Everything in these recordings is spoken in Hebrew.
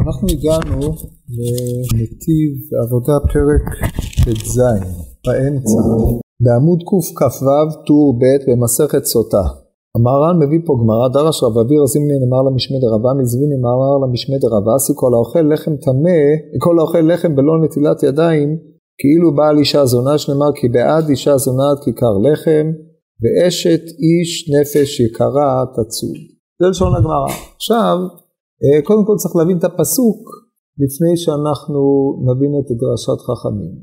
אנחנו הגענו לנתיב עבודה פרק ט"ז באמצע, בעמוד קכ"ו טור ב' במסכת סוטה. המהר"ל מביא פה גמרא, דרש רב אביר זימני נאמר למשמי דרבא מזביני נאמר למשמי דרבאסי, כל האוכל לחם טמא, כל האוכל לחם בלא נטילת ידיים כאילו בעל אישה זונה, שנאמר כי בעד אישה זונה עד כיכר לחם, ואשת איש נפש יקרה תצוד. זה לשון הגמרא. עכשיו קודם כל צריך להבין את הפסוק לפני שאנחנו נבין את דרשת חכמים.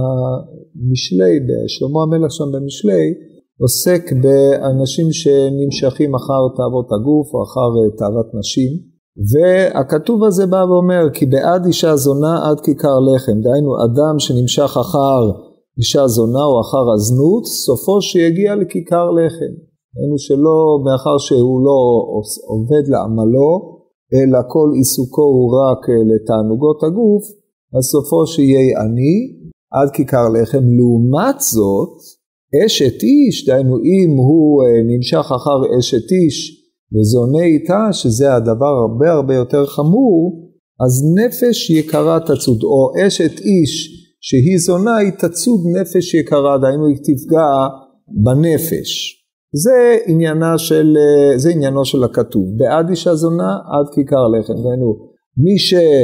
המשלי, שלמה המלך שם במשלי, עוסק באנשים שנמשכים אחר תאוות הגוף או אחר תאוות נשים, והכתוב הזה בא ואומר כי בעד אישה זונה עד כיכר לחם, דהיינו אדם שנמשך אחר אישה זונה או אחר הזנות, סופו שיגיע לכיכר לחם. דהיינו שלא, מאחר שהוא לא עובד לעמלו, אלא כל עיסוקו הוא רק לתענוגות הגוף, אז סופו שיהיה עני עד כיכר לחם. לעומת זאת, אשת איש, דהיינו אם הוא נמשך אחר אשת איש וזונה איתה, שזה הדבר הרבה יותר חמור, אז נפש יקרה תצוד, או אשת איש שהיא זונה היא תצוד נפש יקרה, דהיינו היא תפגע בנפש. זה עניינו של הכתוב, בעד אישה זונה עד כיכר לחם, דהיינו מי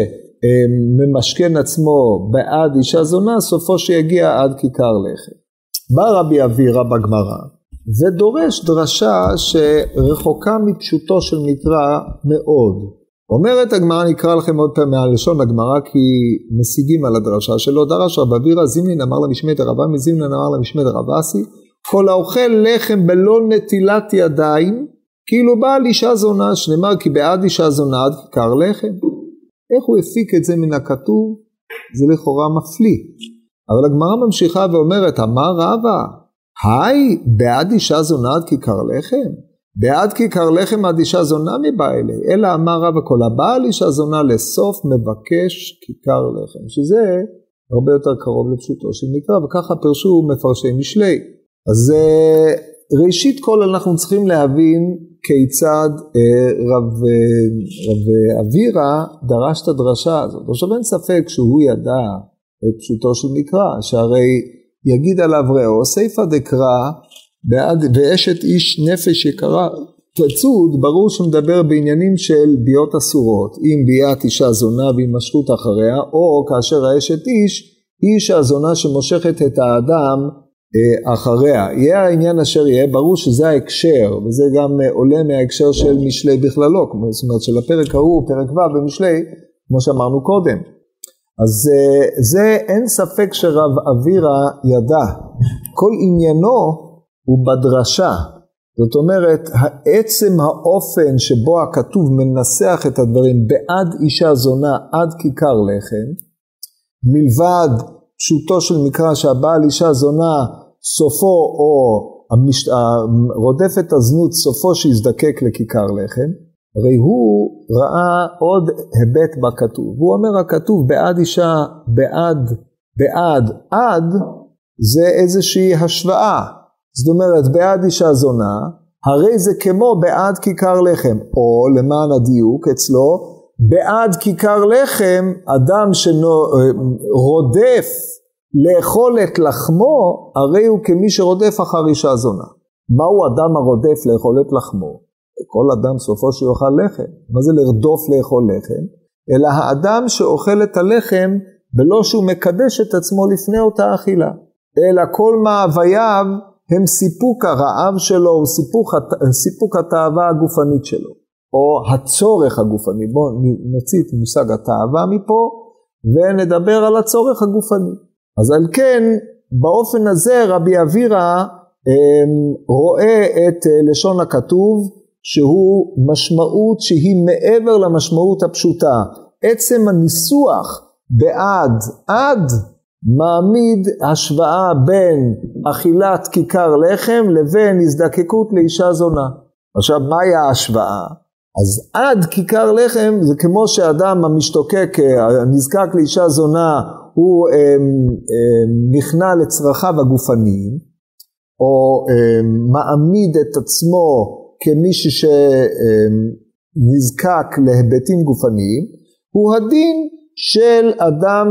שממשכן עצמו בעד אישה זונה, סופו שיגיע עד כיכר לחם. בא רבי אבירא בגמרא ודורש דרשה שרחוקה מפשוטו של מקרא מאוד. אומרת הגמרא, נקרא לכם עוד פעם מהלשון הגמרא כי משיגים על הדרשה שלו. דרש רבי אבירא זימני נאמר למשמי דרבא מזימני נאמר למשמי דרבאסי, כל האוכל לחם בלא נטילת ידיים כאילו בעל אישה זונה, שנאמר כי בעד אישה זונה עד כיכר לחם. איך הוא הפיק את זה מן הכתוב? זה לכאורה מפליא. אבל הגמרא ממשיכה ואומרת, אמר רבא, היי, בעד אישה זונה עד כיכר לחם? בעד כיכר לחם עד אישה זונה מבא אלי, אלא אמר רבא, כל הבעל אישה זונה לסוף מבקש כיכר לחם, שזה הרבה יותר קרוב לפשוטו של מקרא, וככה פרשו מפרשי משלי. אז ראשית כל אנחנו צריכים להבין כיצד רב אבירא דרש את הדרשה הזאת. עכשיו אין ספק שהוא ידע את פשוטו של מקרא, שהרי יגיד עליו ראו, סייפא דקרא ואשת איש נפש יקרה תצוד, ברור שמדבר בעניינים של ביות אסורות, אם ביית אישה זונה והימשכות אחריה, או כאשר האשת איש היא אישה זונה שמושכת את האדם אחריה. יהיה העניין אשר יהיה, ברור שזה ההקשר, וזה גם עולה מההקשר של משלי בכללו, זאת אומרת של הפרק ההוא, פרק ו' במשלי, כמו שאמרנו קודם. אז זה אין ספק שרב אבירא ידע. כל עניינו הוא בדרשה. זאת אומרת, העצם האופן שבו הכתוב מנסח את הדברים בעד אישה זונה עד כיכר לחם, מלבד פשוטו של מקרא שהבעל אישה זונה סופו או רודף את הזנות סופו שיזדקק לכיכר לחם, הרי הוא ראה עוד היבט בכתוב. הוא אומר הכתוב בעד אישה, עד זה איזושהי השוואה. זאת אומרת בעד אישה זונה, הרי זה כמו בעד כיכר לחם, או למען הדיוק אצלו, בעד כיכר לחם אדם שרודף לאכול את לחמו, הרי הוא כמי שרודף אחר אישה זונה. מהו אדם הרודף לאכול את לחמו? כל אדם סופו שיאכל לחם. מה זה לרדוף לאכול לחם? אלא האדם שאוכל את הלחם בלא שהוא מקדש את עצמו לפני אותה אכילה. אלא כל מאווייו הם סיפוק הרעב שלו, הוא סיפוק התאווה הגופנית שלו. או הצורך הגופני. בואו נוציא את מושג התאווה מפה ונדבר על הצורך הגופני. אז על כן באופן הזה רבי אבירא רואה את לשון הכתוב שהוא משמעות שהיא מעבר למשמעות הפשוטה. עצם הניסוח עד מעמיד השוואה בין אכילת כיכר לחם לבין הזדקקות לאישה זונה. עכשיו מהי ההשוואה? אז עד כיכר לחם זה כמו שאדם המשתוקק, נזקק לאישה זונה, הוא נכנע לצרכיו הגופניים, או מעמיד את עצמו כמישהו שנזקק להיבטים גופניים, הוא הדין של אדם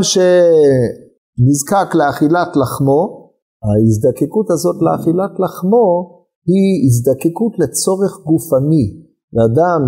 שנזקק לאכילת לחמו. ההזדקקות הזאת לאכילת לחמו היא הזדקקות לצורך גופני. לאדם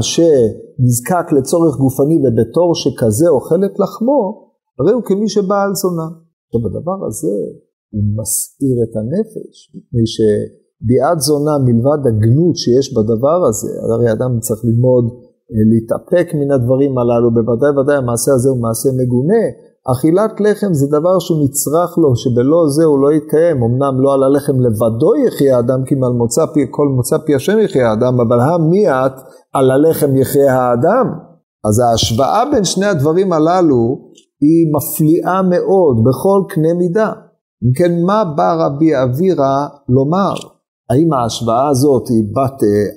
שנזקק לצורך גופני ובתור שכזה אוכל את לחמו, הרי הוא כמי שבעל זונה. טוב, הדבר הזה הוא מסעיר את הנפש, מפני שביעת זונה מלבד הגנות שיש בדבר הזה, הרי אדם צריך ללמוד להתאפק מן הדברים הללו, בוודאי ודאי המעשה הזה הוא מעשה מגונה. אכילת לחם זה דבר שהוא נצרך לו, שבלא זה הוא לא יתקיים. אמנם לא על הלחם לבדו יחיה האדם, כי על כל מוצא פי השם יחיה האדם, אבל המיעט על הלחם יחיה האדם. אז ההשוואה בין שני הדברים הללו היא מפליאה מאוד בכל קנה מידה. אם כן, מה בא רבי אבירא לומר? האם ההשוואה הזאת היא בת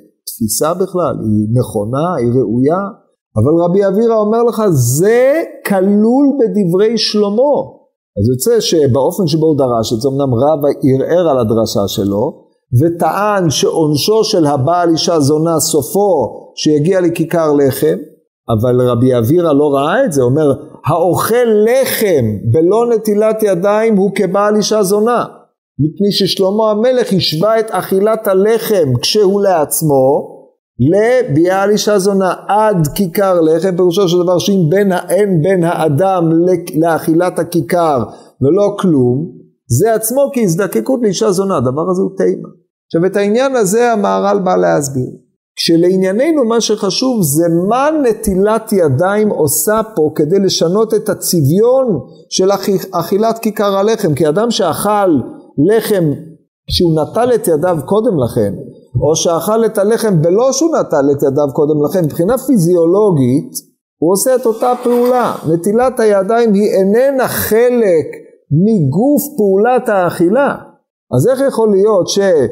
תפיסה בכלל? היא נכונה? היא ראויה? אבל רבי אבירא אומר לך, זה כלול בדברי שלמה. אז יוצא שבאופן שבו הוא דרש, זה אמנם רבא ערער על הדרשה שלו, וטען שעונשו של הבעל אישה זונה סופו שיגיע לכיכר לחם, אבל רבי אבירא לא ראה את זה, אומר, האוכל לחם בלא נטילת ידיים הוא כבעל אישה זונה, מפני ששלמה המלך השווה את אכילת הלחם כשהוא לעצמו, לביאה על אישה זונה עד כיכר לחם, פירושו של דבר שאם אין בין האדם לאכילת הכיכר ולא כלום, זה עצמו כהזדקקות לאישה זונה, הדבר הזה הוא תימה. עכשיו את העניין הזה המהר"ל בא להסביר. כשלענייננו מה שחשוב זה מה נטילת ידיים עושה פה כדי לשנות את הצביון של אכילת כיכר הלחם, כי אדם שאכל לחם שהוא נטל את ידיו קודם לכן, או שאכל את הלחם בלא שהוא נטל את ידיו קודם לכן, מבחינה פיזיולוגית הוא עושה את אותה פעולה. נטילת הידיים היא איננה חלק מגוף פעולת האכילה. אז איך יכול להיות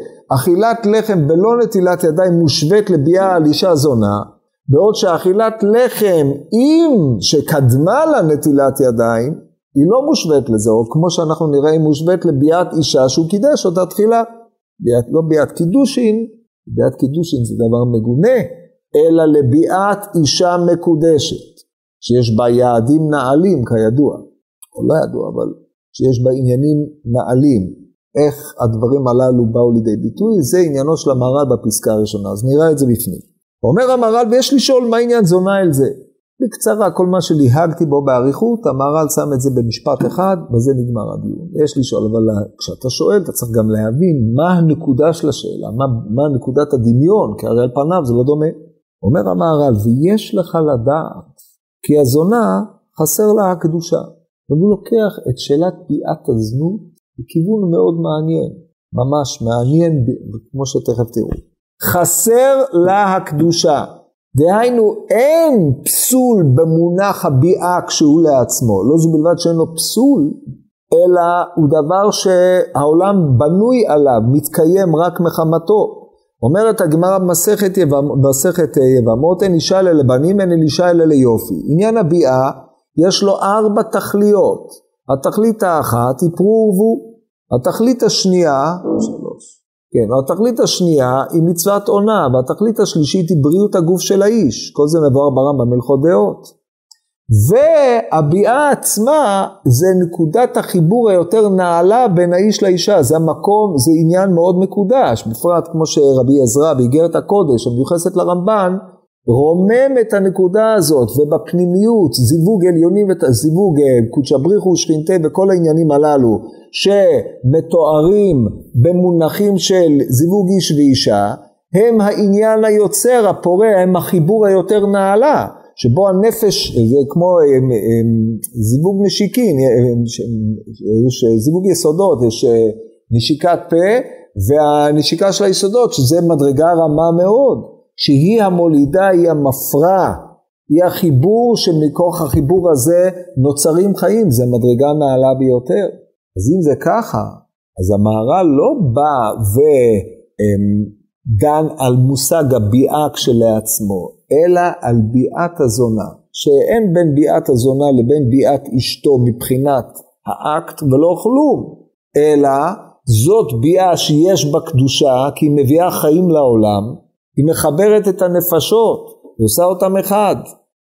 שאכילת לחם בלא נטילת ידיים מושווית לביאה על אישה זונה, בעוד שאכילת לחם עם שקדמה לנטילת ידיים היא לא מושווית לזה, או כמו שאנחנו נראה היא מושווית לביאת אישה שהוא קידש אותה תחילה. לא ביאת קידושין, ביאת קידושין זה דבר מגונה, אלא לביאת אישה מקודשת, שיש בה יעדים נעלים כידוע, או לא ידוע, אבל שיש בה עניינים נעלים. איך הדברים הללו באו לידי ביטוי, זה עניינו של המהר"ל בפסקה הראשונה, אז נראה את זה בפנים. אומר המהר"ל, ויש לשאול מה עניין זונה אל זה. בקצרה, כל מה שליהגתי בו בעריכות, המהר"ל שם את זה במשפט אחד, וזה נגמר הדיון. יש לשאול, אבל כשאתה שואל, אתה צריך גם להבין מה הנקודה של השאלה, מה נקודת הדמיון, כי הרי על פניו זה לא דומה. אומר המהר"ל, ויש לך לדעת, כי הזונה חסר לה הקדושה, והוא לוקח את שאלת ביאת הזנות, בכיוון מאוד מעניין, ממש מעניין, כמו שתכף תראו. חסר לה הקדושה. דהיינו אין פסול במונח הביאה כשהוא לעצמו, לא זו בלבד שאין לו פסול, אלא הוא דבר שהעולם בנוי עליו, מתקיים רק מחמתו. אומרת הגמרא במסכת יבמות, אין אישה אלה לבנים, אין אישה אלה ליופי. עניין הביאה יש לו 4 תכליות, התכלית האחת היא פרו ורבו, התכלית השנייה, 3. כן, התכלית השנייה היא מצוות עונה, והתכלית השלישית היא בריאות הגוף של האיש, כל זה מבואר ברמב"ם הלכות דעות. והביאה עצמה זה נקודת החיבור היותר נעלה בין האיש לאישה, זה המקום, זה עניין מאוד מקודש, בפרט כמו שרבי עזרא באיגרת הקודש המיוחסת לרמב"ן, רומם את הנקודה הזאת, ובפנימיות זיווג עליונים וזיווג קודשא בריך ושכינתה וכל העניינים הללו שמתוארים במונחים של זיווג איש ואישה, הם העניין היוצר, הפורה, הם החיבור היותר נעלה, שבו הנפש זה כמו זיווג נשיקין, יש זיווג יסודות, יש נשיקת פה והנשיקה של היסודות, שזה מדרגה רמה מאוד, שהיא המולידה, היא המפרה, היא החיבור שמכוח החיבור הזה נוצרים חיים, זה מדרגה נעלה ביותר. אז אם זה ככה, אז המהר"ל לא בא ודן על מושג הביאה כשלעצמו, אלא על ביאת הזונה, שאין בין ביאת הזונה לבין ביאת אשתו מבחינת האקט ולא כלום, אלא זאת ביאה שיש בה קדושה, כי היא מביאה חיים לעולם, היא מחברת את הנפשות, היא עושה אותם אחד,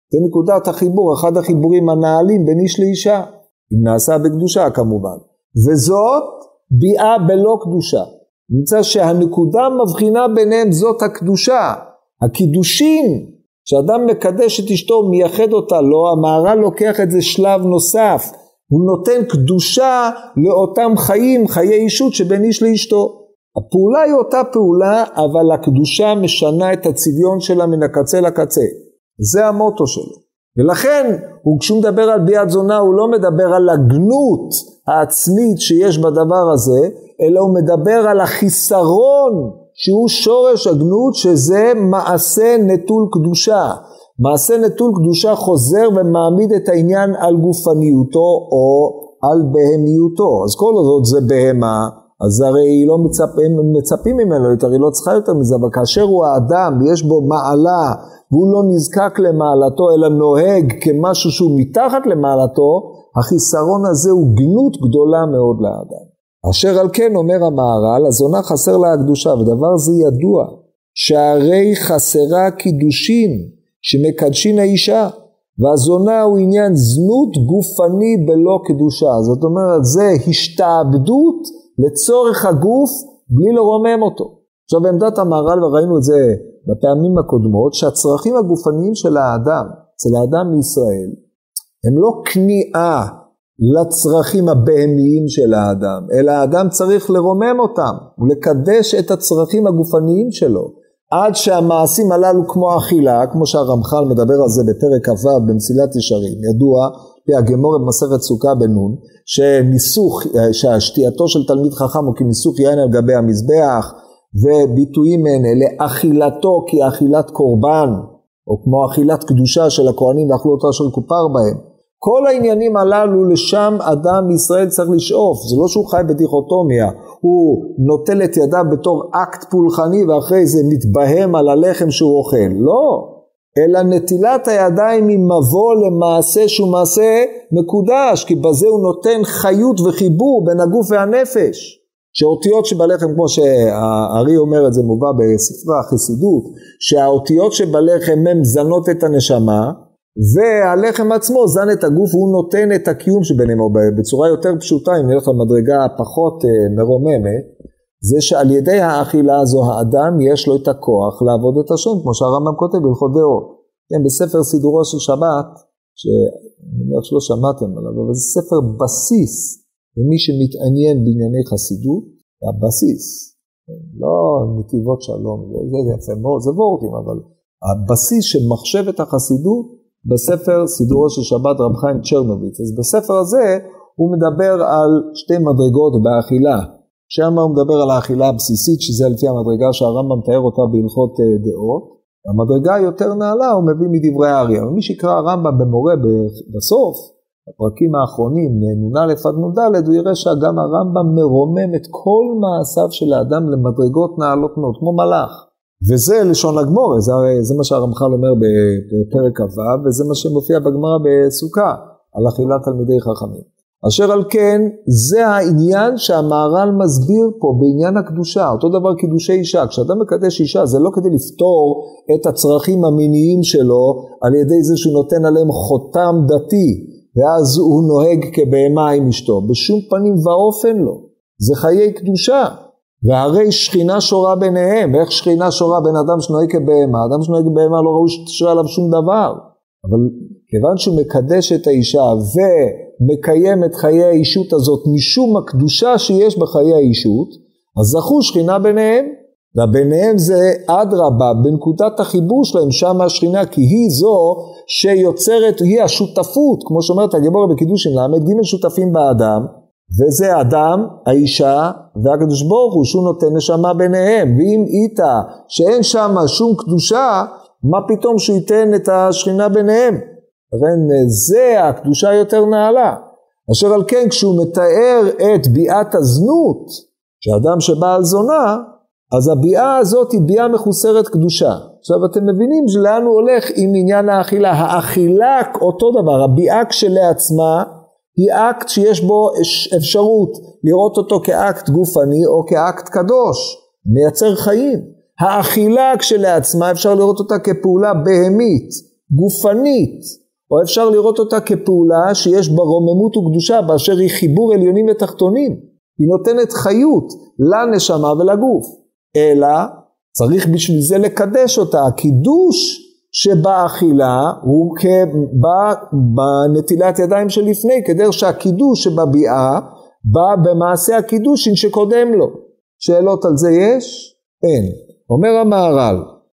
זה נקודת החיבור, אחד החיבורים הנעלים בין איש לאישה, אם נעשה בקדושה כמובן. וזאת ביאה בלא קדושה. נמצא שהנקודה מבחינה ביניהם זאת הקדושה. הקידושין, שאדם מקדש את אשתו מייחד אותה, לא, המהר"ל לוקח את זה שלב נוסף. הוא נותן קדושה לאותם חיים, חיי אישות שבין איש לאשתו. הפעולה היא אותה פעולה, אבל הקדושה משנה את הצביון שלה מן הקצה לקצה. זה המוטו שלו. ולכן, כשהוא מדבר על ביאת זונה, הוא לא מדבר על הגנות העצמית שיש בדבר הזה, אלא הוא מדבר על החיסרון, שהוא שורש הגנות, שזה מעשה נטול קדושה. מעשה נטול קדושה חוזר ומעמיד את העניין על גופניותו או על בהמיותו. אז כל הזאת זה בהמה, אז הרי לא מצפים ממנו יותר, היא לא צריכה יותר מזה, אבל כאשר הוא האדם ויש בו מעלה, והוא לא נזקק למעלתו, אלא נוהג כמשהו שהוא מתחת למעלתו, החיסרון הזה הוא גנות גדולה מאוד לאדם. אשר על כן אומר המהר"ל, הזונה חסר לה הקדושה, ודבר זה ידוע, שהרי חסרה קידושין, שמקדשין האישה, והזונה הוא עניין זנות גופני בלא קדושה. זאת אומרת, זה השתעבדות לצורך הגוף בלי לרומם אותו. עכשיו בעמדת המהר"ל, וראינו את זה בפעמים הקודמות, שהצרכים הגופניים של האדם, אצל האדם מישראל, הם לא כניעה לצרכים הבהמיים של האדם, אלא האדם צריך לרומם אותם, ולקדש את הצרכים הגופניים שלו. עד שהמעשים הללו כמו אכילה, כמו שהרמח"ל מדבר על זה בפרק כ"ו במסילת ישרים, ידוע בהגמרא במסכת סוכה בנון, שהשתייתו של תלמיד חכם הוא כניסוך יין על גבי המזבח, וביטויים הן לאכילתו כאכילת קורבן, או כמו אכילת קדושה של הכהנים ואכלו אותו אשר כופר בהם. כל העניינים הללו לשם אדם ישראל צריך לשאוף, זה לא שהוא חי בדיכוטומיה, הוא נוטל את ידיו בתור אקט פולחני ואחרי זה מתבהם על הלחם שהוא אוכל, לא, אלא נטילת הידיים היא מבוא למעשה שהוא מעשה מקודש, כי בזה הוא נותן חיות וחיבור בין הגוף והנפש, שהאותיות שבלחם, כמו שהארי אומר את זה מובא בספרי החסידות, שהאותיות שבלחם הם זנות את הנשמה, והלחם עצמו זן את הגוף והוא נותן את הקיום שביניהם, בצורה יותר פשוטה, אם נלך למדרגה פחות מרוממת, זה שעל ידי האכילה הזו האדם יש לו את הכוח לעבוד את השם, כמו שהרמב"ם כותב בהלכות דעות. כן, בספר סידורו של שבת, שאני אומר שלא שמעתם עליו, אבל זה ספר בסיס, ומי שמתעניין בענייני חסידות, זה הבסיס, לא נתיבות שלום, זה יפה מאוד, זה וורטים, אבל הבסיס של מחשבת החסידות, בספר סידורו של שבת רב חיים צ'רנוביץ. אז בספר הזה הוא מדבר על שתי מדרגות באכילה. שם הוא מדבר על האכילה הבסיסית, שזה לפי המדרגה שהרמב"ם מתאר אותה בהלכות דעות. המדרגה היותר נעלה הוא מביא מדברי האריה. ומי שיקרא הרמב"ם במורה בסוף, בפרקים האחרונים, נ"א עד נ"ד, הוא יראה שגם הרמב"ם מרומם את כל מעשיו של האדם למדרגות נעלות מאוד, כמו מלאך. וזה לשון הגמרא, זה מה שהרמח"ל אומר בפרק כ"ו, וזה מה שמופיע בגמרא בסוכה, על אכילת תלמידי חכמים. אשר על כן, זה העניין שהמהר"ל מסביר פה בעניין הקדושה, אותו דבר קידושי אישה. כשאדם מקדש אישה, זה לא כדי לפתור את הצרכים המיניים שלו, על ידי זה שהוא נותן עליהם חותם דתי, ואז הוא נוהג כבהמה עם אשתו. בשום פנים ואופן לא. זה חיי קדושה. והרי שכינה שורה ביניהם, ואיך שכינה שורה בין אדם שנוהג כבהמה, אדם שנוהג כבהמה לא ראוי שתשרה עליו שום דבר, אבל כיוון שהוא מקדש את האישה ומקיים את חיי האישות הזאת משום הקדושה שיש בחיי האישות, אז זכו שכינה ביניהם, וביניהם זה אדרבה, בנקודת החיבור שלהם שם השכינה, כי היא זו שיוצרת, היא השותפות, כמו שאומרת הגמרא בקידושין ל"ג שותפים באדם, וזה האדם, האישה והקדוש ברוך הוא שהוא נותן נשמה ביניהם. ואם איתה שאין שם שום קדושה, מה פתאום שהוא ייתן את השכינה ביניהם? זה הקדושה יותר נעלה. אשר על כן כשהוא מתאר את ביאת הזנות, שאדם שבא על זונה, אז הביאה הזאת היא ביאה מחוסרת קדושה. עכשיו אתם מבינים שלאן הוא הולך עם עניין האכילה. האכילה אותו דבר, הביאה כשלעצמה, היא אקט שיש בו אפשרות לראות אותו כאקט גופני או כאקט קדוש, מייצר חיים. האכילה כשלעצמה אפשר לראות אותה כפעולה בהמית, גופנית, או אפשר לראות אותה כפעולה שיש בה רוממות וקדושה, באשר היא חיבור עליונים ותחתונים. היא נותנת חיות לנשמה ולגוף. אלא צריך בשביל זה לקדש אותה. הקידוש שבאכילה הוא בנטילת ידיים שלפני, כדי שהקידוש שבביאה בא במעשה הקידושין שקודם לו. שאלות על זה יש? אין. אומר המהר"ל,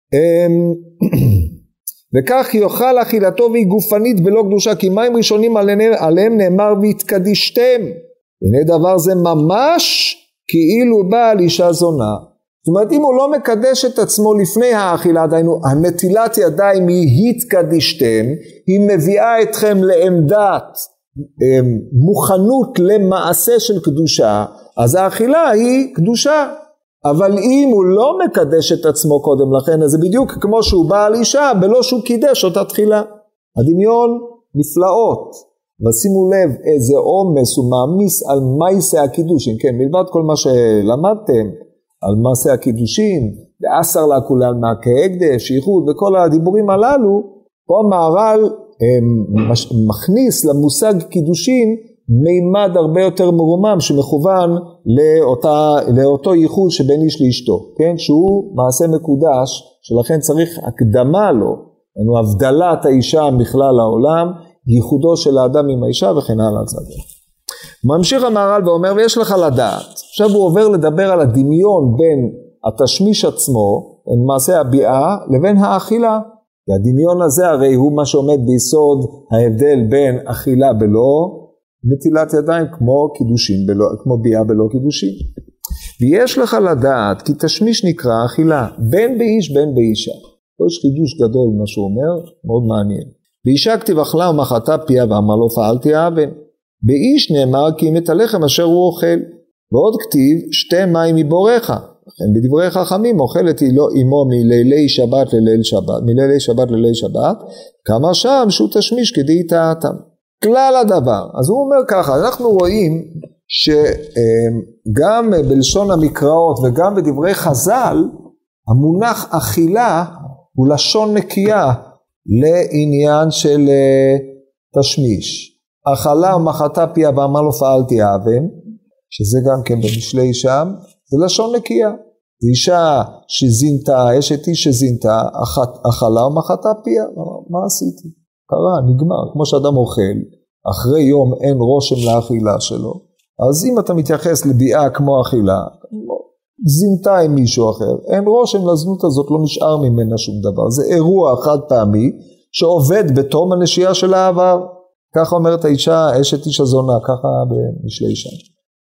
וכך יאכל אכילתו והיא גופנית ולא קדושה, כי מים ראשונים עליהם נאמר והתקדישתם. הנה דבר זה ממש כאילו בא על אישה זונה. זאת אומרת, אם הוא לא מקדש את עצמו לפני האכילה, דיינו, הנטילת ידיים היא התקדישתם, היא מביאה אתכם לעמדת מוכנות למעשה של קדושה, אז האכילה היא קדושה. אבל אם הוא לא מקדש את עצמו קודם לכן, אז זה בדיוק כמו שהוא בא על אישה, בלא שהוא קידש אותה תחילה. הדמיון נפלאות, ושימו לב איזה עומס הוא מעמיס על מעשה הקידושין, כן, מלבד כל מה שלמדתם, על מעשה הקידושין, ואסר לה כולל מהקהקדש, ייחוד, וכל הדיבורים הללו, פה המהר"ל מכניס למושג קידושין, מימד הרבה יותר מרומם שמכוון לאותו ייחוד שבין איש לאשתו, כן? שהוא מעשה מקודש, שלכן צריך הקדמה לו, לנו הבדלת האישה מכלל העולם, ייחודו של האדם עם האישה וכן הלאה צדק. ממשיך המהר"ל ואומר, ויש לך לדעת, עכשיו הוא עובר לדבר על הדמיון בין התשמיש עצמו, בין מעשה הביאה, לבין האכילה. כי הדמיון הזה הרי הוא מה שעומד ביסוד ההבדל בין אכילה בלא נטילת ידיים כמו קידושין, כמו ביאה בלא קידושין. ויש לך לדעת כי תשמיש נקרא אכילה, בין באיש בין באישה. יש חידוש גדול מה שהוא אומר, מאוד מעניין. ואישה כתיב אכלה ומחתה פיה ואמר לו פעלתי האבן. באיש נאמר כי אם את הלחם אשר הוא אוכל. ועוד כתיב שתי מים מבורך. לכן בדברי חכמים אוכלת עמו מלילי שבת לליל שבת, מלילי שבת לליל שבת, כמה שם שהוא תשמיש כדי טעתם. כלל הדבר. אז הוא אומר ככה, אנחנו רואים שגם בלשון המקראות וגם בדברי חז"ל, המונח אכילה הוא לשון נקייה לעניין של תשמיש. אכלה ומחתה פיה ואמר לו פעלתי האבן, שזה גם כן במשלי שם, זה לשון נקייה. זה אישה שזינתה, אשת איש שזינתה, אכלה ומחתה פיה, מה עשיתי? קרה, נגמר, כמו שאדם אוכל, אחרי יום אין רושם לאכילה שלו, אז אם אתה מתייחס לביאה כמו אכילה, זינתה עם מישהו אחר, אין רושם לזנות הזאת, לא נשאר ממנה שום דבר, זה אירוע חד פעמי, שעובד בתום הנשייה של העבר, ככה אומרת האישה, אשת איש הזונה, ככה במשלי שם.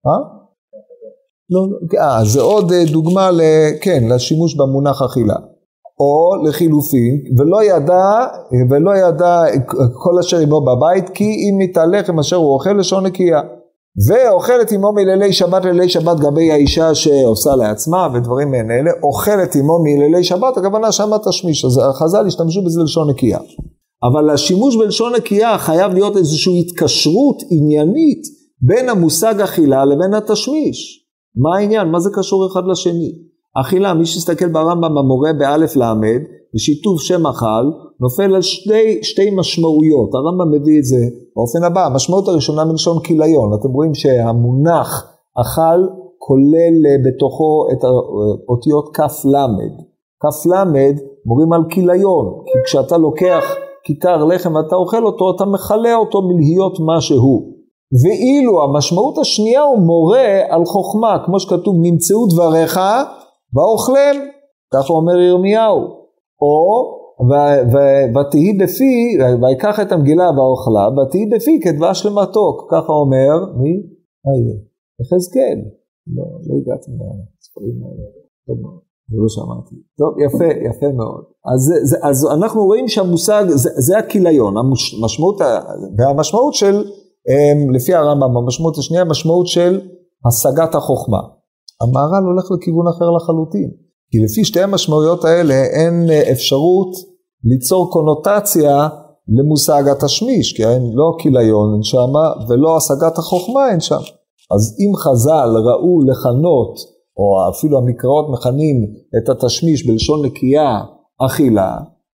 זה עוד דוגמה לשימוש במונח אכילה. או לחילופין, ולא ידע כל אשר עמו בבית, כי אם מתהלך אשר הוא אוכל לשון נקייה. ואוכלת עמו מלילי שבת ללילי שבת גבי האישה שעושה לעצמה, ודברים מעין אלה, אוכלת עמו מלילי שבת, הכוונה שמה תשמיש, אז החז"ל השתמשו בזה לשון נקייה. אבל השימוש בלשון נקייה חייב להיות איזושהי התקשרות עניינית, בין המושג אכילה לבין התשמיש. מה העניין? מה זה קשור אחד לשני? אכילה, מי שיסתכל ברמב"ם המורה באלף למד, בשיתוף שם אכל, נופל על שתי משמעויות. הרמב"ם מביא את זה באופן הבא. המשמעות הראשונה מלשון כיליון. אתם רואים שהמונח אכל כולל בתוכו את האותיות כף למד. כף למד מורים על כיליון, כי כשאתה לוקח כיכר לחם ואתה אוכל אותו, אתה מחלה אותו מלהיות משהו. ואילו המשמעות השנייה הוא מורה על חוכמה, כמו שכתוב נמצאו דבריך ואוכלם, ככה אומר ירמיהו, או ותהי בפי, ויקח את המגילה ואוכלה, ותהי בפי כדבש למתוק, ככה אומר, מי? יחזקאל, לא הגעתי מהספרים האלה, לא שמעתי, טוב יפה מאוד, אז אנחנו רואים שהמושג, זה הכיליון, והמשמעות של, לפי הרמב"ם, המשמעות השנייה, המשמעות של השגת החוכמה. המהר"ל הולך לכיוון אחר לחלוטין, כי לפי שתי המשמעויות האלה אין אפשרות ליצור קונוטציה למושג התשמיש, כי אין לא כיליון אין שם, ולא השגת החוכמה אין שם. אז אם חז"ל ראו לכנות, או אפילו המקראות מכנים את התשמיש בלשון נקייה אכילה,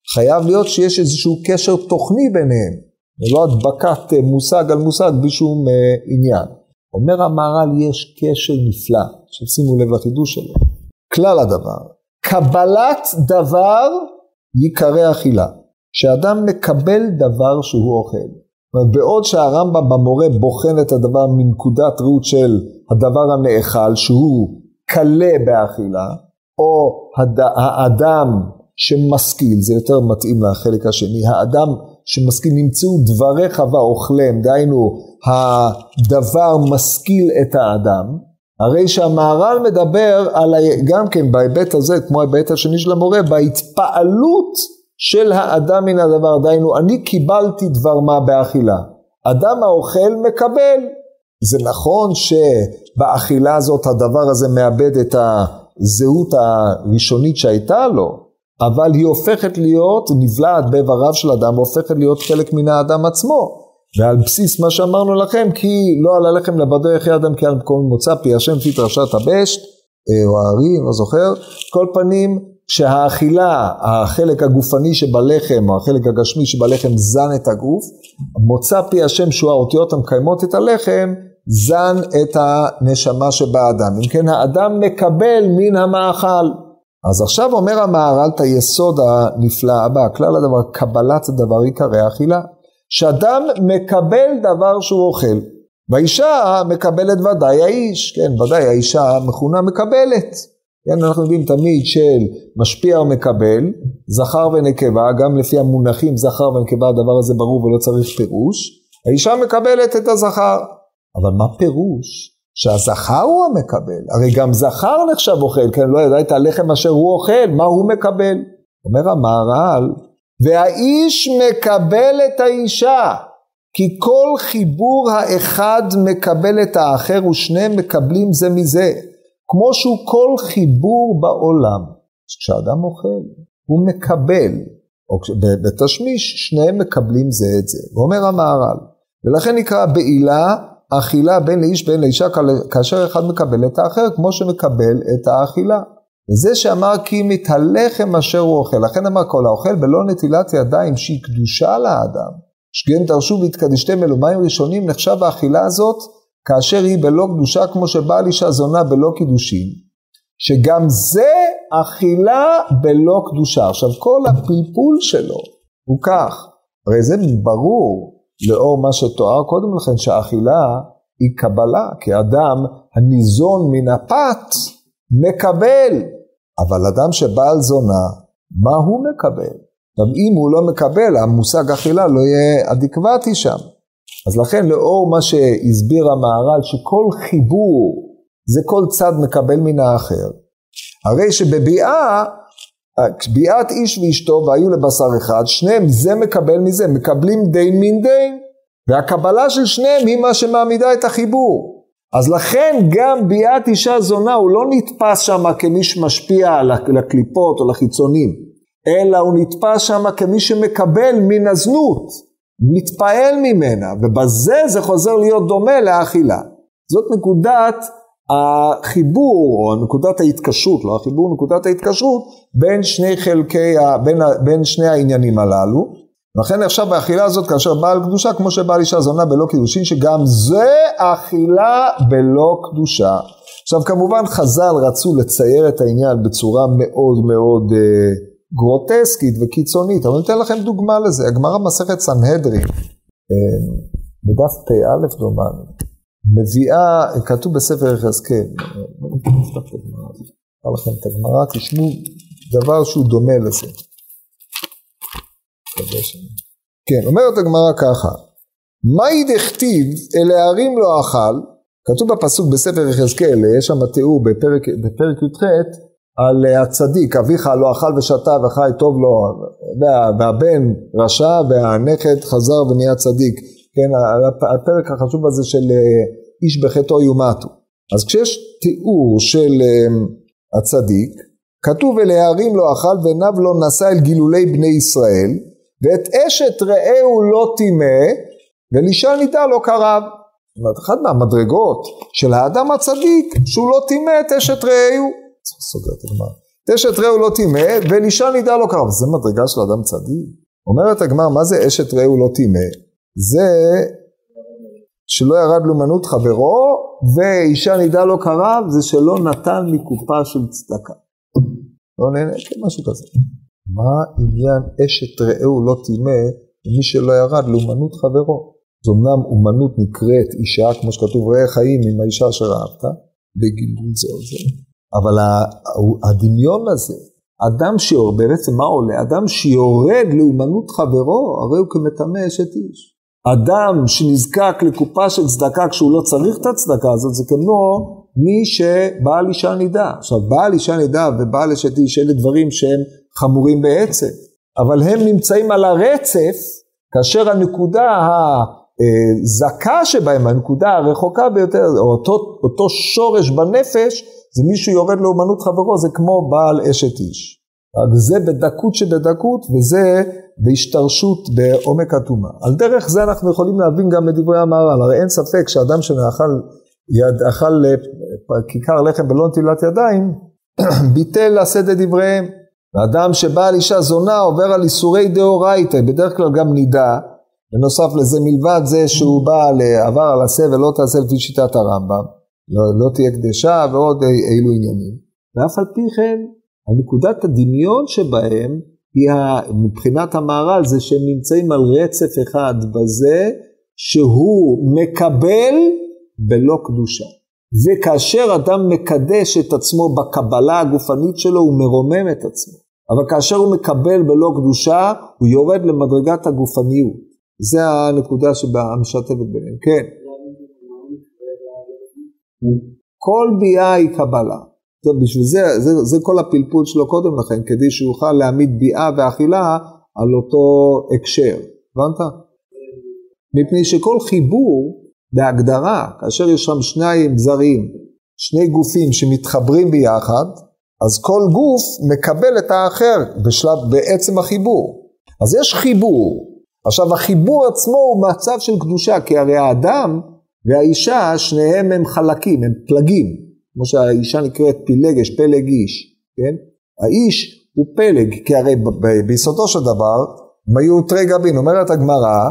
חייב להיות שיש איזשהו קשר תוכני ביניהם, ולא הדבקת מושג על מושג בלי שום עניין. אומר המהר"ל יש קשר נפלא, ששימו לב לחידוש שלו. כלל הדבר, קבלת דבר יקרא אכילה, שאדם מקבל דבר שהוא אוכל. בעוד שהרמב"ם במורה בוחן את הדבר מנקודת ראות של הדבר הנאכל שהוא קלה באכילה, או האדם שמשכיל, זה יותר מתאים לחלק השני, האדם שמשכיל נמצאו דבריך ואוכלם, דהיינו הדבר משכיל את האדם, הרי שהמהר"ל מדבר על, גם כן בהיבט הזה, כמו ההיבט השני של המורה, בהתפעלות של האדם מן הדבר, דהיינו אני קיבלתי דבר מה באכילה, אדם האוכל מקבל, זה נכון שבאכילה הזאת הדבר הזה מאבד את הזהות הראשונית שהייתה לו, אבל היא הופכת להיות נבלעת באיבריו של אדם, הופכת להיות חלק מן האדם עצמו, ועל בסיס מה שאמרנו לכם, כי לא על הלחם לבדו יחיה אדם כי על מקום מוצא פי השם פי תרשת הבשת, או הארי, לא זוכר, כל פנים שהאכילה, החלק הגופני שבלחם, או החלק הגשמי שבלחם זן את הגוף, מוצא פי השם שהוא האותיות המקיימות את הלחם, זן את הנשמה שבאדם, אם כן האדם מקבל מן המאכל. אז עכשיו אומר המהר"ל את היסוד הנפלא הבא, כלל הדבר, קבלת דבר יקרא אכילה, שאדם מקבל דבר שהוא אוכל, והאישה מקבלת ודאי האיש, כן, ודאי האישה מכונה מקבלת, כן, אנחנו יודעים תמיד של משפיע או מקבל, זכר ונקבה, גם לפי המונחים זכר ונקבה הדבר הזה ברור ולא צריך פירוש, האישה מקבלת את הזכר, אבל מה פירוש? שהזכר הוא המקבל, הרי גם זכר נחשב אוכל, כן, לא ידע את הלחם אשר הוא אוכל, מה הוא מקבל? אומר המהר"ל, והאיש מקבל את האישה, כי כל חיבור האחד מקבל את האחר, ושניהם מקבלים זה מזה, כמו שהוא כל חיבור בעולם, כשאדם אוכל, הוא מקבל, או בתשמיש, שניהם מקבלים זה את זה, ואומר המהר"ל, ולכן נקרא בעילה, אכילה בין לאיש בין לאישה, כאשר אחד מקבל את האחר, כמו שמקבל את האכילה. וזה שאמר כי מתהלחם אשר הוא אוכל, לכן אמר כל האוכל בלא נטילת ידיים שהיא קדושה לאדם, שגם דרשו והתקדישתם אלו מים ראשונים, נחשב האכילה הזאת, כאשר היא בלא קדושה, כמו שבעל אישה זונה בלא קידושין, שגם זה אכילה בלא קדושה. עכשיו כל הפלפול שלו הוא כך, הרי זה ברור, לאור מה שתואר קודם לכן שהאכילה היא קבלה, כי אדם הניזון מן הפת מקבל, אבל אדם שבעל זונה, מה הוא מקבל? גם אם הוא לא מקבל, המושג אכילה לא יהיה אדיקווטי שם. אז לכן לאור מה שהסביר המהר"ל, שכל חיבור זה כל צד מקבל מן האחר, הרי שבביאה, ביאת איש ואשתו והיו לבשר אחד, שניהם זה מקבל מזה, מקבלים דין מן דין, והקבלה של שניהם היא מה שמעמידה את החיבור. אז לכן גם ביאת אישה זונה הוא לא נתפס שם כמי שמשפיע לקליפות או לחיצונים, אלא הוא נתפס שם כמי שמקבל מן הזנות, מתפעל ממנה, ובזה זה חוזר להיות דומה לאכילה. זאת נקודת החיבור, או נקודת ההתקשרות, לא החיבור, נקודת ההתקשרות, בין שני חלקי, בין שני העניינים הללו, ולכן עכשיו באכילה הזאת, כאשר בעל קדושה, כמו שבעל אישה זונה בלא קידושין, שגם זה אכילה בלא קדושה. עכשיו כמובן חז"ל רצו לצייר את העניין בצורה מאוד מאוד גרוטסקית וקיצונית, אבל אני אתן לכם דוגמה לזה, הגמרא מסכת סנהדרין, בדף פ"א דומני, מביאה, כתוב בספר יחזקאל, נפתח את הגמרא, אתן לכם את הגמרא, תשמעו דבר שהוא דומה לזה. כן, אומרת הגמרא ככה, מהי דכתיב אל הערים לא אכל, כתוב בפסוק בספר יחזקאל, יש שם תיאור בפרק י"ח, על הצדיק, אביך לא אכל ושתה וחי טוב לו, והבן רשע והנכד חזר ונהיה צדיק, כן, הפרק החשוב הזה של איש בחטאו יומתו. אז כשיש תיאור של הצדיק, כתוב אל הערים לא אכל ועיניו לא נשא אל גילולי בני ישראל, ואת אשת רעהו לא טימא, ולאישה נידה לא קרב. זאת אומרת, אחת מהמדרגות של האדם הצדיק, שהוא לא טימא את אשת רעהו. סוגר את הגמרא. אשת רעהו לא טימא, ואלישע נידה לא קרב. זה מדרגה של אדם צדיק. אומרת הגמרא, מה זה אשת רעהו לא טימא? זה שלא ירד לאומנות חברו, ואישה נידה לא קרב, זה שלא נתן מקופה של צדקה. לא נהנה, כן, משהו כזה. מה עניין אשת רעהו לא טימא, מי שלא ירד לאומנות חברו? זו אמנם אומנות נקראת אישה, כמו שכתוב, ראה חיים עם האישה שראבת, בגלגול זה או זה. אבל הדמיון הזה, אדם שיורד, בעצם מה עולה? אדם שיורד לאומנות חברו, הרי הוא כמטמא אשת איש. אדם שנזקק לקופה של צדקה, כשהוא לא צריך את הצדקה הזאת, זה כמו מי שבעל אישה נידה. עכשיו, בעל אישה נידה ובעל אשת איש, אלה דברים שהם חמורים בעצם. אבל הם נמצאים על הרצף, כאשר הנקודה הזכה שבהם, הנקודה הרחוקה ביותר, או אותו שורש בנפש, זה מישהו יורד לאומנות חברו, זה כמו בעל אשת איש. זה בדקות שבדקות, וזה בהשתרשות בעומק הטומאה. על דרך זה אנחנו יכולים להבין גם לדברי המהר"ל, הרי אין ספק שאדם אכל כיכר לחם בלא נטילת ידיים, ביטל לעשות את דבריהם. האדם שבא על אישה זונה עובר על איסורי דאורייתא, בדרך כלל גם נידה, בנוסף לזה מלבד זה שהוא עבר על עשה ולא תעשה לפי שיטת הרמב"ם, לא תהיה קדשה ועוד אילו עניינים. ואף על פי כן, הנקודת הדמיון שבהם, מבחינת המהר"ל, זה שהם נמצאים על רצף אחד בזה, שהוא מקבל בלא קדושה. וכאשר אדם מקדש את עצמו בקבלה הגופנית שלו, הוא מרומם את עצמו. אבל כאשר הוא מקבל בלא קדושה, הוא יורד למדרגת הגופניות. זה הנקודה המשתפת ביניהם. כן. כל ביאה היא קבלה. טוב, בשביל זה כל הפלפול שלו קודם לכן, כדי שהוא יוכל להעמיד ביאה ואכילה על אותו הקשר. הבנת? מפני שכל חיבור בהגדרה, כאשר יש שם שני זרים, שני גופים שמתחברים ביחד, אז כל גוף מקבל את האחר בעצם החיבור. אז יש חיבור. עכשיו החיבור עצמו הוא מצב של קדושה, כי הרי האדם והאישה שניהם הם חלקים, הם פלגים. כמו שהאישה נקראת פילגש, פלג איש. כן? האיש הוא פלג, כי הרי ביסודו של דבר, היו תרי גבין, אומרת הגמרא,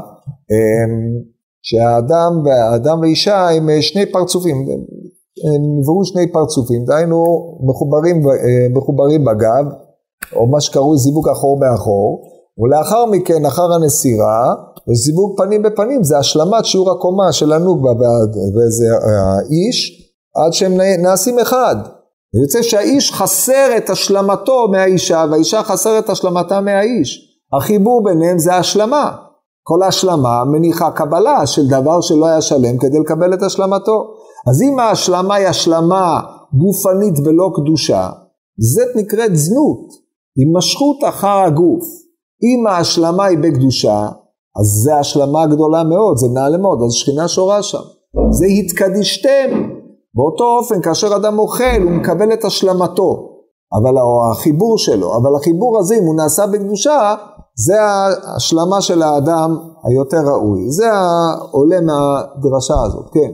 שהאדם והאישה הם שני פרצופים, הם נבראו שני פרצופים, דהיינו מחוברים בגב, או מה שקראו זיווג אחור באחור, ולאחר מכן, אחר הנסירה, יש זיווג פנים בפנים, זה השלמת שיעור הקומה של הנוגבה וזה האיש, עד שהם נעשים אחד. זה יוצא שהאיש חסר את השלמתו מהאישה, והאישה חסר את השלמתה מהאיש. החיבור ביניהם זה השלמה. כל השלמה מניחה קבלה של דבר שלא היה שלם כדי לקבל את השלמתו. אז אם ההשלמה היא השלמה גופנית ולא קדושה, זאת נקראת זנות, הימשכות אחר הגוף. אם ההשלמה היא בקדושה, אז זה השלמה גדולה מאוד, זה נעלה מאוד, אז שכינה שורה שם. זה התקדישתם. באותו אופן, כאשר אדם אוכל, הוא מקבל את השלמתו, אבל החיבור שלו, אבל החיבור הזה, אם הוא נעשה בקדושה, זה השלמה של האדם היותר ראוי. זה עולה מהדרשה הזאת, כן.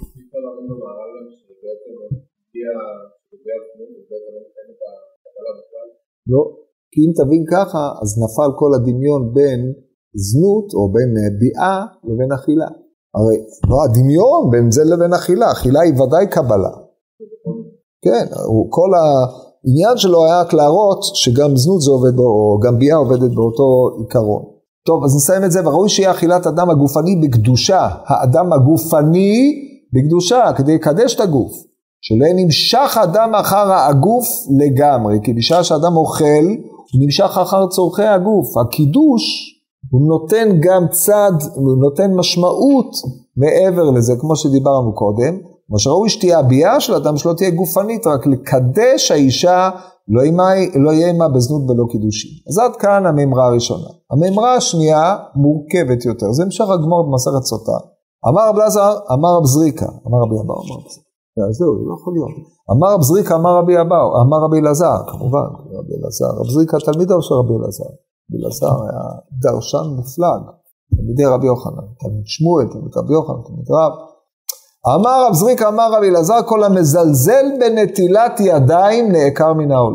לא, כי אם תבין ככה, אז נפל כל הדמיון בין זנות או בין ביאה לבין אכילה. הרי לא, הדמיון בין זה לבין אכילה, אכילה היא ודאי קבלה. כן, כל העניין שלו היה רק להראות שגם זנות זה עובד, או גם ביאה עובדת באותו עיקרון. טוב, אז נסיים את זה, וראוי שיהיה אכילת אדם הגופני בקדושה, האדם הגופני בקדושה, כדי לקדש את הגוף. שלא נמשך אדם אחר הגוף לגמרי, כי בשעה שאדם אוכל, הוא נמשך אחר צורכי הגוף. הקידוש הוא נותן גם צד, הוא נותן משמעות מעבר לזה, כמו שדיברנו קודם. מה שראוי שתהיה הביאה של אדם שלא תהיה גופנית, רק לקדש האישה לא יהיה עמה בזנות בלא קידושין. אז עד כאן המאמרה הראשונה. המאמרה השנייה מורכבת יותר, זה המשך הגמור במסכת סוטה. אמר רב אלעזר, אמר רב זריקה, אמר רבי אבאו, אמר רב זריקה. זהו, לא יכול להיות. אמר רב זריקה, אמר רבי אבאו, אמר רבי אלעזר, כמובן, רבי אלעזר. רב זריקה תלמידו של רבי אלעזר. רבי אלעזר היה דרשן מופלג, תלמידי רבי יוחנן, תלמיד שמואל, תלמיד רבי יוחנן, תלמיד רב. אמר רב זריקה, אמר רבי אלעזר, כל המזלזל בנטילת ידיים נעקר מן העולם.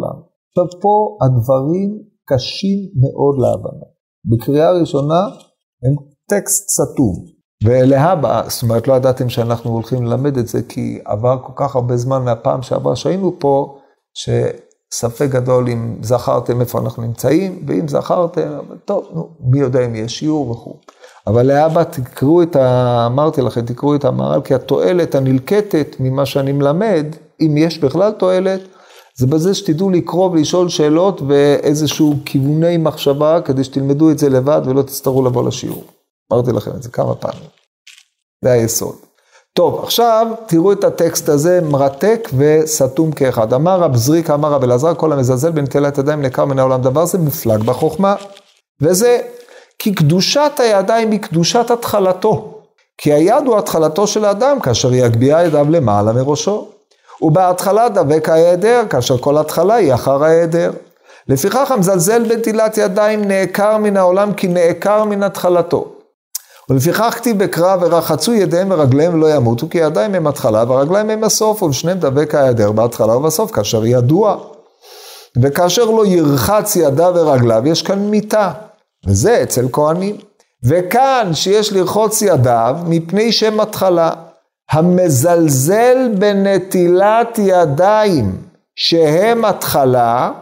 עכשיו פה הדברים קשים מאוד להבנה. בקריאה ראשונה הם טקסט סתום. ולהבא, זאת אומרת לא ידעתם שאנחנו הולכים ללמד את זה, כי עבר כל כך הרבה זמן מהפעם שעבר שהיינו פה, שספק גדול אם זכרתם איפה אנחנו נמצאים, ואם זכרתם, טוב, מי יודע אם יש שיעור וכו'. אבל להבא תקראו אמרתי לכם, תקראו את המהר"ל, כי התועלת הנלקטת ממה שאני מלמד, אם יש בכלל תועלת, זה בזה שתדעו לקרוא ולשאול שאלות ואיזשהו כיווני מחשבה, כדי שתלמדו את זה לבד ולא תצטרכו לבוא לשיעור. אמרתי לכם את זה כמה פעמים. זה היסוד. טוב, עכשיו תראו את הטקסט הזה, מרתק וסתום כאחד. אמר רב זריק, אמר רב אלעזר, כל המזלזל בנטילת ידיים נעקר מן העולם. דבר זה מופלג בחוכמה. וזה כי קדושת הידיים היא קדושת התחלתו. כי היד הוא התחלתו של האדם, כאשר יגביה ידיו למעלה מראשו. ובהתחלה דבק ההיעדר, כאשר כל התחלה היא אחר ההיעדר. לפיכך המזלזל בנטילת ידיים נעקר מן העולם, כי נעקר מן התחלתו. ולפיכך כתיב בקרא ורחצו ידיהם ורגליהם ולא ימותו, כי ידיים הם התחלה ורגליים הם הסוף, ובשניהם דבק ההיעדר בהתחלה ובסוף, כאשר ידוע. וכאשר לא ירחץ ידיו ורגליו, יש כאן מיתה, וזה אצל כהנים. וכאן שיש לרחוץ ידיו, מפני שם התחלה, המזלזל בנטילת ידיים, שהם התחלה,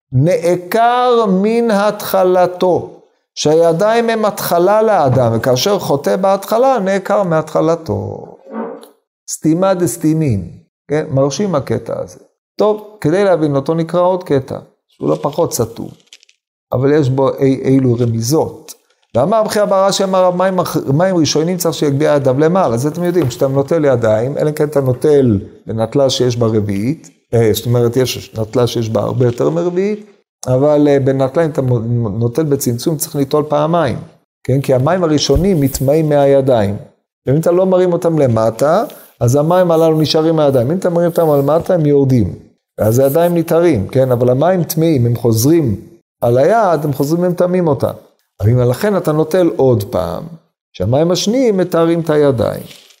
נעקר מן התחלתו. שהידיים הם התחלה לאדם, וכאשר חוטא בהתחלה, נעקר מהתחלתו. סתימה דסתימין, כן? מרשים הקטע הזה. טוב, כדי להבין אותו נקרא עוד קטע, שהוא לא פחות סתום, אבל יש בו אילו רמיזות. ואמר בכי אבא רש"י אמר, מים ראשונים צריך שיגביה ידיו למעלה, אז אתם יודעים, כשאתה נוטל ידיים, אלא כן אתה נוטל בנטלה שיש בה רביעית, זאת אומרת, יש נטלה שיש בה הרבה יותר מרביעית, אבל בנטלה אם אתה נוטל בצמצום, צריך ליטול פעמיים, כן? כי המים הראשונים מתמאים מהידיים, ואם אתה לא מרים אותם למטה, אז המים הללו נשארים מהידיים, אם אתה מרים אותם למטה, הם יורדים, אז הידיים ניתרים, כן? אבל המים טמאים, הם חוזרים על היד, הם חוזרים והם טמאים אותם. אבל לכן אתה נוטל עוד פעם, שהמים השניים מתארים את הידיים.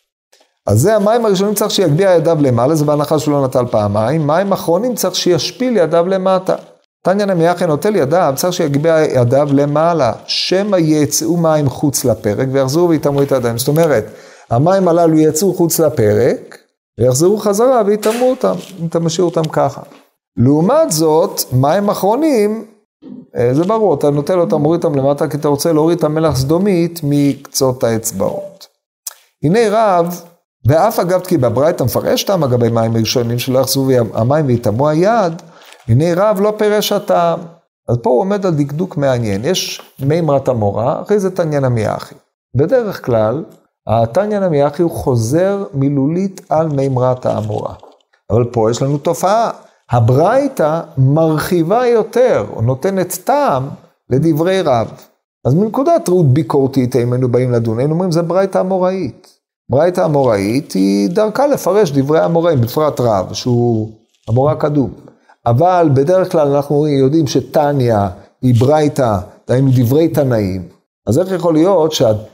אז זה המים הראשונים צריך שיגביה ידיו למעלה, זה בהנחה שהוא לא נטל פעמיים, מים אחרונים צריך שישפיל ידיו למטה. תניא נמיכי נוטל ידיו, צריך שיגביה ידיו למעלה, שמא יצאו מים חוץ לפרק, ויחזרו ויתאמו את הידיים. זאת אומרת, המים הללו יצאו חוץ לפרק, ויחזרו חזרה ויתאמו אותם, אם אתה משאיר אותם ככה. לעומת זאת, מים אחרונים, זה ברור, אתה נוטל אותם, מוריד אותם למטה, כי אתה רוצה להוריד את המלח סדומית מקצות האצבעות. הנה רב, ואף אגב כי בברייתא מפרש טעם אגבי מים ראשונים שלא יחזרו המים ויתאמו היד, הנה רב לא פירש הטעם. אז פה הוא עומד על דקדוק מעניין, יש מימרת המורה, אחרי זה תניא נמיכי. בדרך כלל, התניא נמיכי הוא חוזר מילולית על מימרת המורה. אבל פה יש לנו תופעה. הברייתא מרחיבה יותר, או נותנת טעם לדברי רב. אז מנקודת ראות ביקורתית, אם היינו באים לדון, היינו אומרים, זה ברייתא המוראית. ברייתא המוראית היא דרכה לפרש דברי המוראים, בפרט רב, שהוא המורה קדום. אבל בדרך כלל אנחנו יודעים שתניא היא ברייתא, דהיינו דברי תנאים. אז איך יכול להיות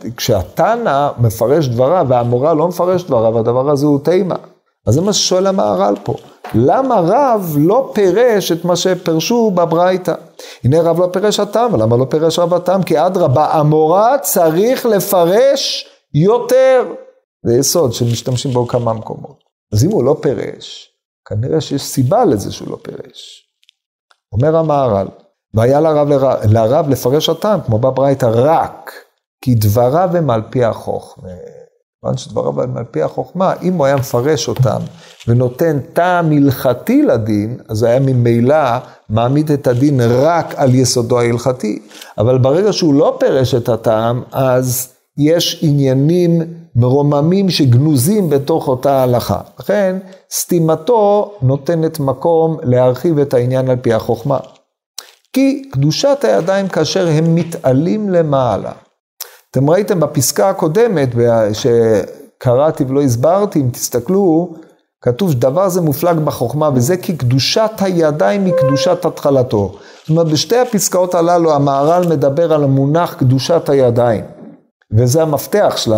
כשהתנא מפרש דבריו, והמורה לא מפרש דבריו, הדבר הזה הוא תימה. אז זה מה ששואל המהר"ל פה. למה רב לא פירש את מה שפרשו בברייתא? הנה רב לא פירש הטעם, למה לא פירש רב הטעם? כי אדרבה, המורה צריך לפרש יותר. זה יסוד שמשתמשים בו כמה מקומות. אז אם הוא לא פירש, כנראה שיש סיבה לזה שהוא לא פירש. אומר המהר"ל, והיה לרב לפרש הטעם, כמו בברייתא, רק כי דבריו הם על פי החוכמה. כיוון שדבריו הם על פי החוכמה, אם הוא היה מפרש אותם ונותן טעם הלכתי לדין, אז היה ממילא מעמיד את הדין רק על יסודו ההלכתי. אבל ברגע שהוא לא פירש את הטעם, אז יש עניינים מרוממים שגנוזים בתוך אותה הלכה. לכן, סתימתו נותנת מקום להרחיב את העניין על פי החוכמה. כי קדושת הידיים כאשר הם מתעלים למעלה. אתם ראיתם בפסקה הקודמת שקראתי ולא הסברתי, אם תסתכלו, כתוב שדבר זה מופלג בחוכמה, וזה כי קדושת הידיים היא קדושת התחלתו. זאת אומרת, בשתי הפסקאות הללו המהר"ל מדבר על המונח קדושת הידיים. וזה המפתח של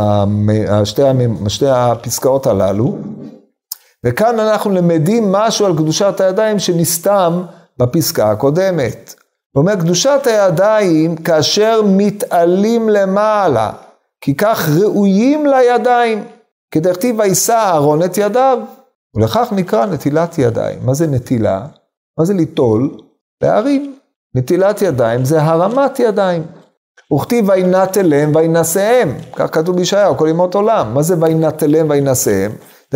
שתי הפסקאות הללו. וכאן אנחנו למדים משהו על קדושת הידיים שנסתם בפסקה הקודמת. הוא אומר, קדושת הידיים כאשר מתעלים למעלה, כי כך ראויים לידיים, כדכתיב וישא אהרון את ידיו, ולכך נקרא נטילת ידיים. מה זה נטילה? מה זה ליטול? להרים. נטילת ידיים זה הרמת ידיים. וכתיב וינט אליהם וינשאיהם, כך כתוב בישעיהו, כל ימות עולם. מה זה וינט אליהם וינשאיהם?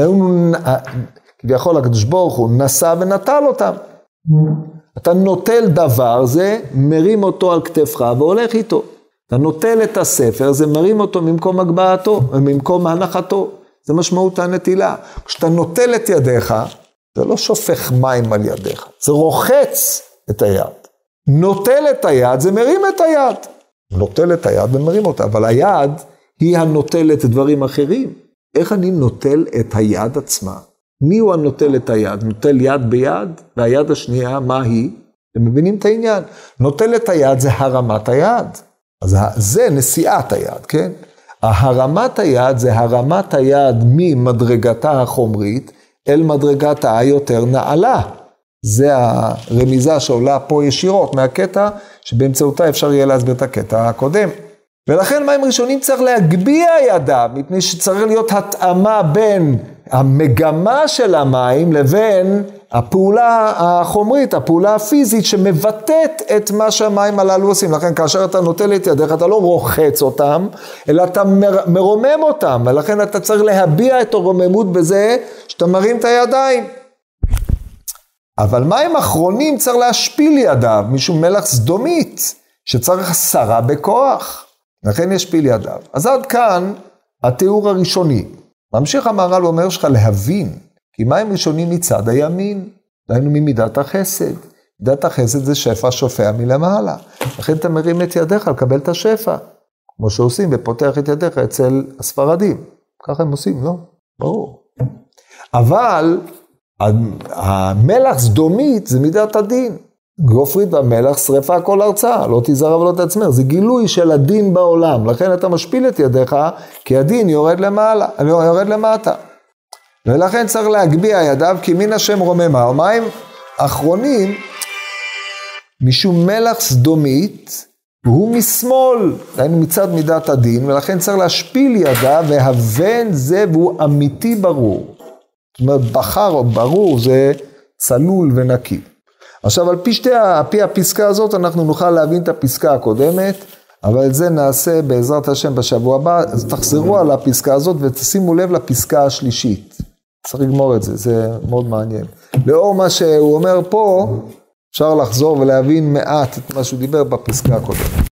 כביכול הקדוש ברוך הוא נשא ונטל אותם. אתה נוטל דבר, זה מרים אותו על כתפך והולך איתו. אתה נוטל את הספר, זה מרים אותו ממקום הגבהתו, ממקום הנחתו. זה משמעות הנטילה. כשאתה נוטל את ידיך, זה לא שופך מים על ידיך, זה רוחץ את היד. נוטל את היד, זה מרים את היד. נוטל את היד ומרים אותה, אבל היד היא הנוטלת דברים אחרים. איך אני נוטל את היד עצמה? מי הוא הנוטל את היד? נוטל יד ביד, והיד השנייה, מה היא? אתם מבינים את העניין? נוטל את היד זה הרמת היד. אז זה נשיאת היד, כן? הרמת היד זה הרמת היד ממדרגתה החומרית אל מדרגתה היותר נעלה. זה הרמיזה שעולה פה ישירות מהקטע, שבאמצעותה אפשר יהיה להסביר את הקטע הקודם. ולכן מים ראשונים צריך להגביע ידיו, מפני שצריך להיות התאמה בין המגמה של המים לבין הפעולה החומרית, הפעולה הפיזית שמבטאת את מה שהמים הללו עושים. לכן כאשר אתה נוטל את ידיך, אתה לא רוחץ אותם, אלא אתה מרומם אותם, ולכן אתה צריך להביע את הרוממות בזה שאתה מרים את הידיים. אבל מים אחרונים צריך להשפיל ידיו, משום מלח סדומית, שצריך שרה בכוח. לכן ישפיל ידיו. אז עד כאן התיאור הראשוני. ממשיך המהר"ל אומר שלך להבין, כי מים ראשונים מצד הימין, דהיינו ממידת החסד. מידת החסד זה שפע שופע מלמעלה. לכן אתה מרים את ידיך לקבל את השפע, כמו שעושים ופותח את ידיך אצל הספרדים. ככה הם עושים, לא? ברור. אבל המלח סדומית זה מידת הדין. גופרית במלח שרפה כל ארצה, לא תזרע ולא תצמר. זה גילוי של הדין בעולם. לכן אתה משפיל את ידיך, כי הדין יורד למעלה, יורד למטה. ולכן צריך להגביע ידיו, כי מן השם רוממה. מים אחרונים, משום מלח סדומית, והוא משמאל, דהיינו מצד מידת הדין, ולכן צריך להשפיל ידיו, והבן זה והוא אמיתי ברור. זאת אומרת, בחר או ברור זה צלול ונקי. עכשיו, על פי הפסקה הזאת, אנחנו נוכל להבין את הפסקה הקודמת, אבל את זה נעשה בעזרת השם בשבוע הבא. אז תחזרו על הפסקה הזאת ותשימו לב לפסקה השלישית. צריך לגמור את זה, זה מאוד מעניין. לאור מה שהוא אומר פה, אפשר לחזור ולהבין מעט את מה שהוא דיבר בפסקה הקודמת.